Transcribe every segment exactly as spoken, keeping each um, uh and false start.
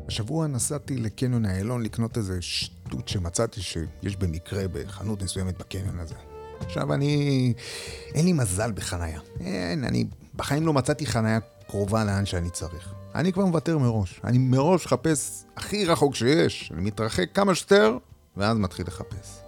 השבוע נסעתי לקניון איילון לקנות איזה שטות שמצאתי שיש במקרה בחנות מסוימת בקניון הזה. עכשיו אני... אין לי מזל בחנייה. אין, אני בחיים לא מצאתי חנייה קרובה לאן שאני צריך. אני כבר מוותר מראש. אני מראש חפש הכי רחוק שיש. אני מתרחק כמה שתר, ואז מתחיל לחפש.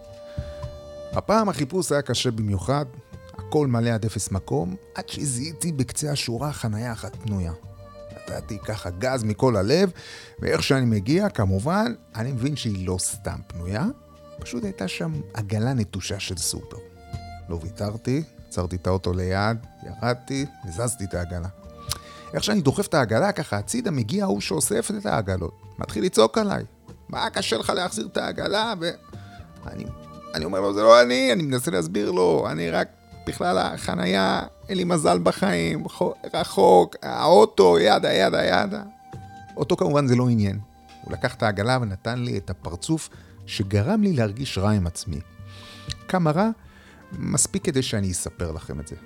הפעם החיפוש היה קשה במיוחד, הכל מלא עד אפס מקום, עד שזיהיתי בקצה השורה חנייה אחת פנויה. נתתי ככה גז מכל הלב, ואיך שאני מגיע, כמובן, אני מבין שהיא לא סתם פנויה, פשוט הייתה שם עגלה נטושה של סופר. לא ויתרתי, עצרתי את האוטו ליד, ירדתי, וזזתי את העגלה. איך שאני דוחף את העגלה, ככה הצידה מגיע הוא שאוסף את העגלות. מתחיל לצעוק עליי. מה קשה לך להחזיר את העגלה? ואני אני אומר לו, זה לא אני, אני מנסה להסביר לו, אני רק בכלל החנייה, אין לי מזל בחיים, רחוק, האוטו, ידה, ידה, ידה. אותו כמובן זה לא עניין. הוא לקח את העגלה ונתן לי את הפרצוף שגרם לי להרגיש רע עם עצמי. כמה רע? מספיק כדי שאני אספר לכם את זה.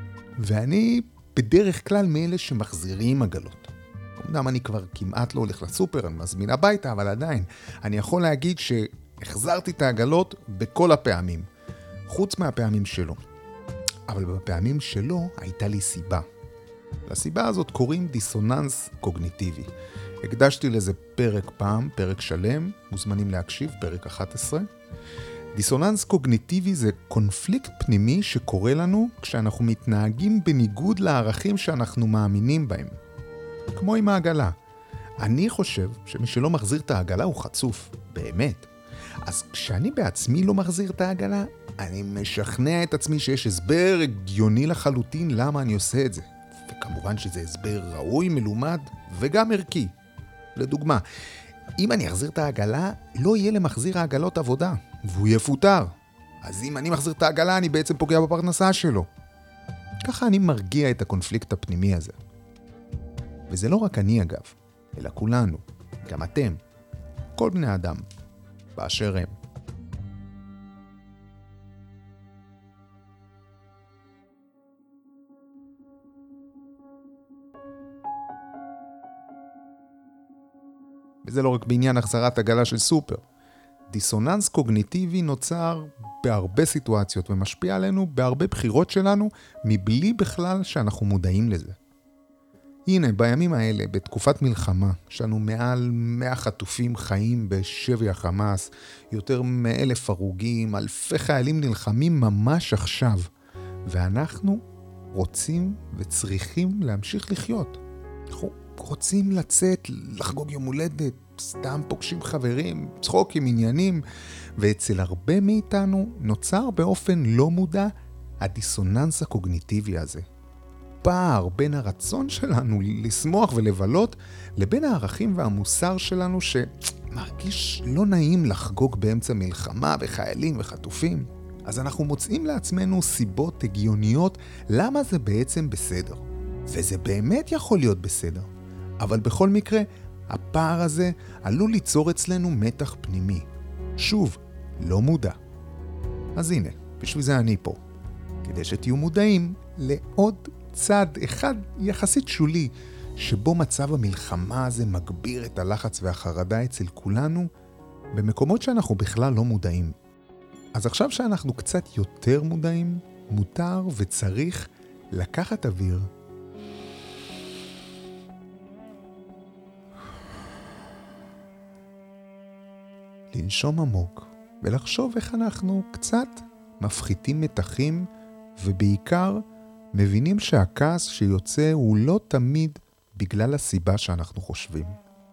ואני בדרך כלל מאלה שמחזירים עגלות. אמנם אני כבר כמעט לא הולך לסופר, אני מזמין הביתה, אבל עדיין, אני יכול להגיד שהחזרתי את העגלות בכל הפעמים, חוץ מהפעמים שלו. אבל בפעמים שלו הייתה לי סיבה. לסיבה הזאת קוראים דיסוננס קוגניטיבי. הקדשתי לזה פרק פעם, פרק שלם, מוזמנים להקשיב, פרק אחת עשרה. דיסוננס קוגניטיבי זה קונפליקט פנימי שקורה לנו כשאנחנו מתנהגים בניגוד לערכים שאנחנו מאמינים בהם. כמו עם העגלה. אני חושב שמי שלא מחזיר את העגלה הוא חצוף, באמת. אז כשאני בעצמי לא מחזיר את העגלה, אני משכנע את עצמי שיש הסבר הגיוני לחלוטין למה אני עושה את זה. וכמובן שזה הסבר ראוי, מלומד וגם ערכי. לדוגמה, אם אני אחזיר את העגלה, לא יהיה למחזיר העגלות עבודה, והוא יפוטר. אז אם אני מחזיר את העגלה, אני בעצם פוגע בפרנסה שלו. ככה אני מרגיע את הקונפליקט הפנימי הזה. וזה לא רק אני אגב, אלא כולנו, גם אתם, כל בני אדם, באשר הם. וזה לא רק בעניין החזרת עגלה של סופר. דיסוננס קוגניטיבי נוצר בהרבה סיטואציות ומשפיע עלינו בהרבה בחירות שלנו מבלי בכלל שאנחנו מודעים לזה. הנה, בימים האלה, בתקופת מלחמה, יש לנו מעל מאה חטופים חיים בשבי החמאס, יותר מאלף הרוגים, אלפי חיילים נלחמים ממש עכשיו, ואנחנו רוצים וצריכים להמשיך לחיות. אנחנו רוצים לצאת, לחגוג יום הולדת, סתם פוגשים חברים, צחוקים, עניינים, ואצל הרבה מאיתנו נוצר באופן לא מודע הדיסוננס הקוגניטיבי הזה. פער בין הרצון שלנו לשמוח ולבלות, לבין הערכים והמוסר שלנו שמרגיש לא נעים לחגוג באמצע מלחמה וחיילים וחטופים. אז אנחנו מוצאים לעצמנו סיבות הגיוניות למה זה בעצם בסדר. וזה באמת יכול להיות בסדר. אבל בכל מקרה, הפער הזה עלול ליצור אצלנו מתח פנימי. שוב, לא מודע. אז הנה, בשביל זה אני פה. כדי שתהיו מודעים לעוד צד אחד יחסית שולי, שבו מצב המלחמה הזה מגביר את הלחץ והחרדה אצל כולנו, במקומות שאנחנו בכלל לא מודעים. אז עכשיו שאנחנו קצת יותר מודעים, מותר וצריך לקחת אוויר, לנשום עמוק ולחשוב איך אנחנו קצת מפחיתים מתחים, ובעיקר מבינים שהכעס שיוצא הוא לא תמיד בגלל הסיבה שאנחנו חושבים.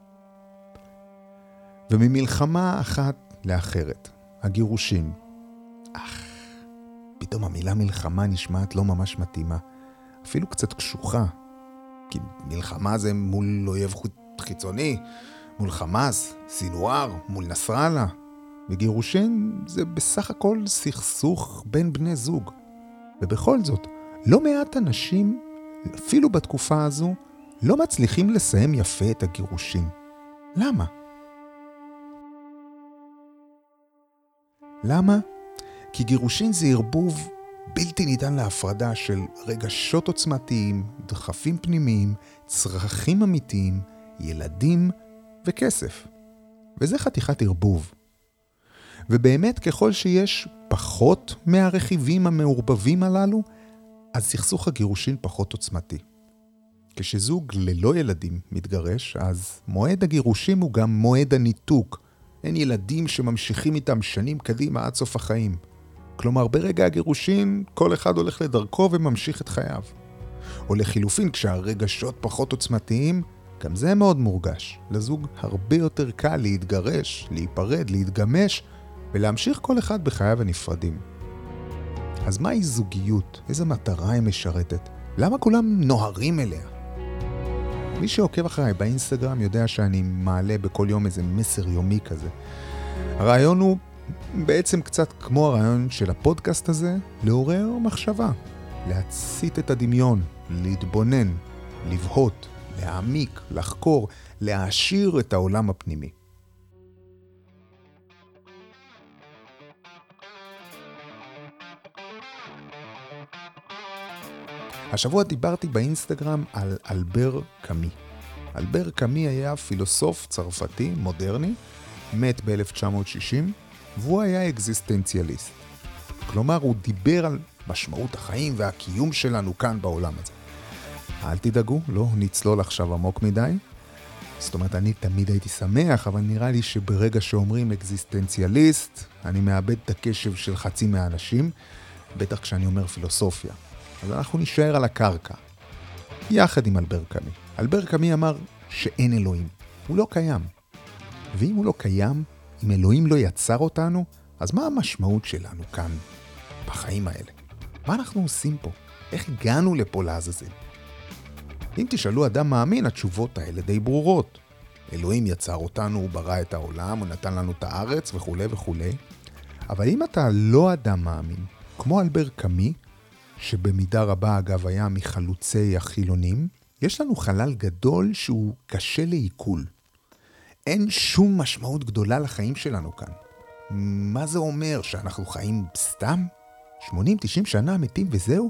וממלחמה אחת לאחרת, הגירושים. אך, פתאום המילה מלחמה נשמעת לא ממש מתאימה, אפילו קצת קשוחה. כי מלחמה זה מול אויב חיצוני, מול חמאס, סינואר, מול נסראללה. וגירושין זה בסך הכל סכסוך בין בני זוג. ובכל זאת, לא מעט אנשים, אפילו בתקופה הזו, לא מצליחים לסיים יפה את הגירושים. למה? למה? כי גירושין זה ערבוב בלתי ניתן להפרדה של רגשות עוצמתיים, דחפים פנימיים, צרכים אמיתיים, ילדים וכסף. וזה חתיכת ערבוב. ובאמת ככל שיש פחות מהרכיבים המעורבבים הללו, אז סכסוך הגירושין פחות עוצמתי. כשזוג ללא ילדים מתגרש, אז מועד הגירושים הוא גם מועד הניתוק. אין ילדים שממשיכים איתם שנים קדימה עד סוף החיים. כלומר, ברגע הגירושין, כל אחד הולך לדרכו וממשיך את חייו. או לחילופין, כשהרגשות פחות עוצמתיים, גם זה מאוד מורגש. לזוג הרבה יותר קל להתגרש, להיפרד, להתגמש, ולהמשיך כל אחד בחייו הנפרדים. אז מהי זוגיות? איזה מטרה היא משרתת? למה כולם נוהרים אליה? מי שעוקב אחריי באינסטגרם יודע שאני מעלה בכל יום איזה מסר יומי כזה. הרעיון הוא בעצם קצת כמו הרעיון של הפודקאסט הזה, לעורר מחשבה, להצית את הדמיון, להתבונן, לבהות, להעמיק, לחקור, להעשיר את העולם הפנימי. השבוע דיברתי באינסטגרם על אלבר קאמי. אלבר קאמי היה פילוסוף צרפתי מודרני, מת ב-אלף תשע מאות שישים, והוא היה אקזיסטנציאליסט. כלומר, הוא דיבר על משמעות החיים והקיום שלנו כאן בעולם הזה. אל תדאגו, לא נצלול עכשיו עמוק מדי. זאת אומרת, אני תמיד הייתי שמח, אבל נראה לי שברגע שאומרים אקזיסטנציאליסט, אני מאבד את הקשב של חצי מהאנשים, בטח כשאני אומר פילוסופיה. אז אנחנו נשאר על הקרקע, יחד עם אלבר קאמי. אלבר קאמי אמר שאין אלוהים, הוא לא קיים. ואם הוא לא קיים, אם אלוהים לא יצר אותנו, אז מה המשמעות שלנו כאן, בחיים האלה? מה אנחנו עושים פה? איך הגענו לפה לעזאזל? אם תשאלו אדם מאמין, התשובות האלה די ברורות. אלוהים יצר אותנו, הוא ברא את העולם, הוא נתן לנו את הארץ וכו' וכו'. אבל אם אתה לא אדם מאמין, כמו אלבר קאמי, שבמידה רבה אגב היה מחלוצי החילונים, יש לנו חלל גדול שהוא קשה לעיכול. אין שום משמעות גדולה לחיים שלנו כאן. מה זה אומר? שאנחנו חיים סתם? שמונים תשעים שנה מתים וזהו?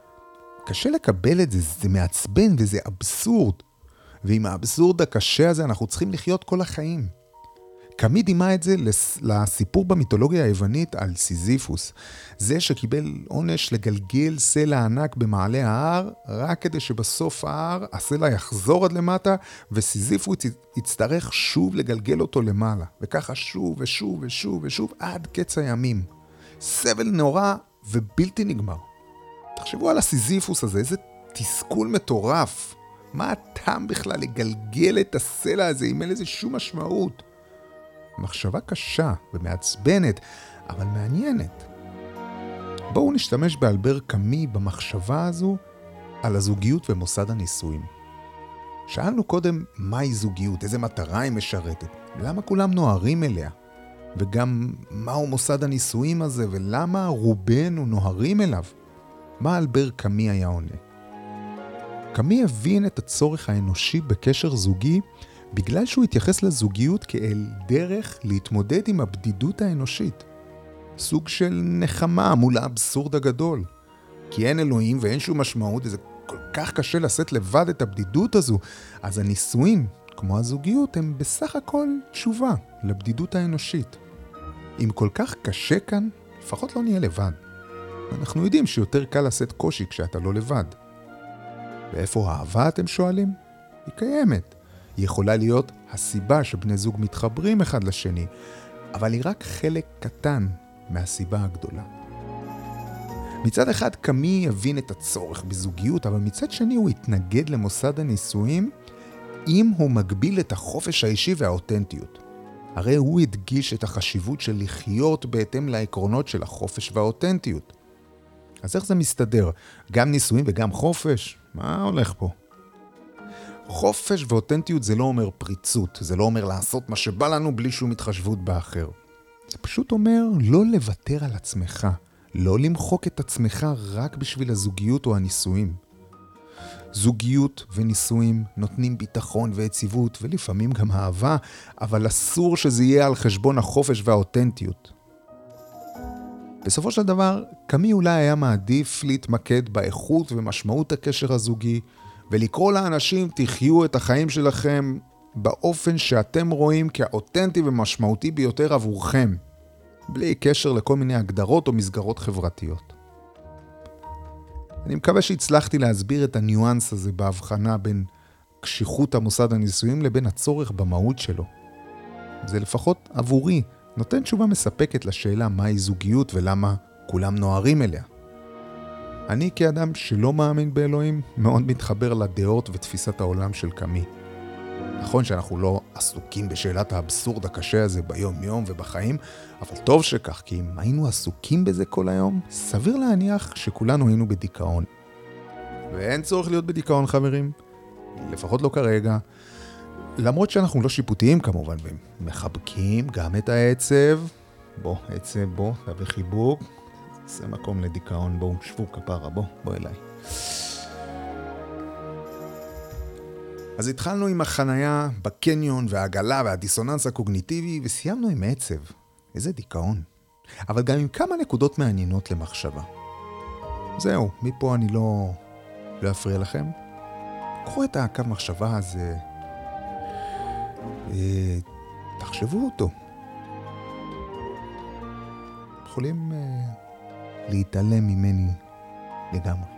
קשה לקבל את זה, זה מעצבן וזה אבסורד. ועם האבסורד הקשה הזה אנחנו צריכים לחיות כל החיים. קאמי דימה את זה לסיפור במיתולוגיה היוונית על סיזיפוס. זה שקיבל עונש לגלגל סלע ענק במעלה ההר, רק כדי שבסוף ההר הסלע יחזור עד למטה, וסיזיפוס יצטרך שוב לגלגל אותו למעלה. וככה שוב ושוב ושוב ושוב עד קץ הימים. סבל נורא ובלתי נגמר. תחשבו על הסיזיפוס הזה, איזה תסכול מטורף. מה הטעם בכלל לגלגל את הסלע הזה אם אין לזה שום משמעות? מחשבה קשה ומעצבנת, אבל מעניינת. בואו נשתמש באלבר קאמי במחשבה הזו על הזוגיות ומוסד הנישואים. שאלנו קודם מהי זוגיות, איזה מטרה היא משרתת, למה כולם נוהרים אליה, וגם מהו מוסד הנישואים הזה ולמה רובנו נוהרים אליו. מה אלבר קאמי היה עונה? קאמי הבין את הצורך האנושי בקשר זוגי בגלל שהוא התייחס לזוגיות כאל דרך להתמודד עם הבדידות האנושית. סוג של נחמה מול האבסורד הגדול. כי אין אלוהים ואין שום משמעות, וזה כל כך קשה לשאת לבד את הבדידות הזו. אז הנישואים, כמו הזוגיות, הם בסך הכל תשובה לבדידות האנושית. אם כל כך קשה כאן, לפחות לא נהיה לבד. אנחנו יודעים שיותר קל לשאת קושי כשאתה לא לבד. ואיפה האהבה אתם שואלים? היא קיימת. היא יכולה להיות הסיבה שבני זוג מתחברים אחד לשני, אבל היא רק חלק קטן מהסיבה הגדולה. מצד אחד קאמי הבין את הצורך בזוגיות, אבל מצד שני הוא התנגד למוסד הנישואים אם הוא מגביל את החופש האישי והאותנטיות. הרי הוא הדגיש את החשיבות של לחיות בהתאם לעקרונות של החופש והאותנטיות. אז איך זה מסתדר? גם נישואים וגם חופש? מה הולך פה? חופש ואותנטיות זה לא אומר פריצות, זה לא אומר לעשות מה שבא לנו בלי שום התחשבות באחר. זה פשוט אומר לא לוותר על עצמך, לא למחוק את עצמך רק בשביל הזוגיות או הנישואים. זוגיות ונישואים נותנים ביטחון ויציבות ולפעמים גם אהבה, אבל אסור שזה יהיה על חשבון החופש והאותנטיות. בסופו של דבר, קאמי אולי היה מעדיף להתמקד באיכות ומשמעות הקשר הזוגי, ולקרוא לאנשים תחיו את החיים שלכם באופן שאתם רואים כאותנטי ומשמעותי ביותר עבורכם, בלי קשר לכל מיני הגדרות או מסגרות חברתיות. אני מקווה שהצלחתי להסביר את הניואנס הזה בהבחנה בין קשיחות המוסד הנישואים לבין הצורך במהות שלו. זה לפחות עבורי נותן תשובה מספקת לשאלה מהי זוגיות ולמה כולם נוערים אליה. אני כאדם שלא מאמין באלוהים מאוד מתחבר לדעות ותפיסת העולם של קמי. נכון שאנחנו לא עסוקים בשאלת האבסורד הקשה הזה ביום יום ובחיים, אבל טוב שכך, כי אם היינו עסוקים בזה כל היום, סביר להניח שכולנו היינו בדיכאון. ואין צורך להיות בדיכאון, חברים, לפחות לא כרגע, למרות שאנחנו לא שיפוטיים כמובן, ומחבקים גם את העצב. בוא, עצב, בוא, תביא חיבוק, זה מקום לדיכאון, בואו, שבו כפרה, בוא, בוא אליי. אז התחלנו עם החנייה בקניון והעגלה והדיסוננס הקוגניטיבי, וסיימנו עם עצב. איזה דיכאון. אבל גם עם כמה נקודות מעניינות למחשבה. זהו, מפה אני לא, לא אפריע לכם. קחו את הקו מחשבה הזה, אה, תחשבו אותו. יכולים אה, להתעלם ממני לגמרי.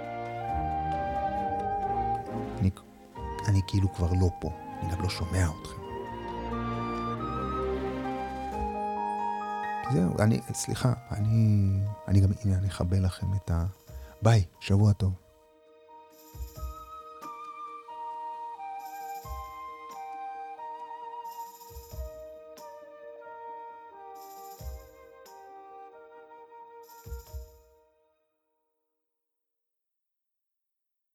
אני, אני כאילו כבר לא פה, אני גם לא שומע אתכם. זהו, אני, סליחה, אני, אני גם, הנה, אני אחבל לכם את ה... ביי, שבוע טוב.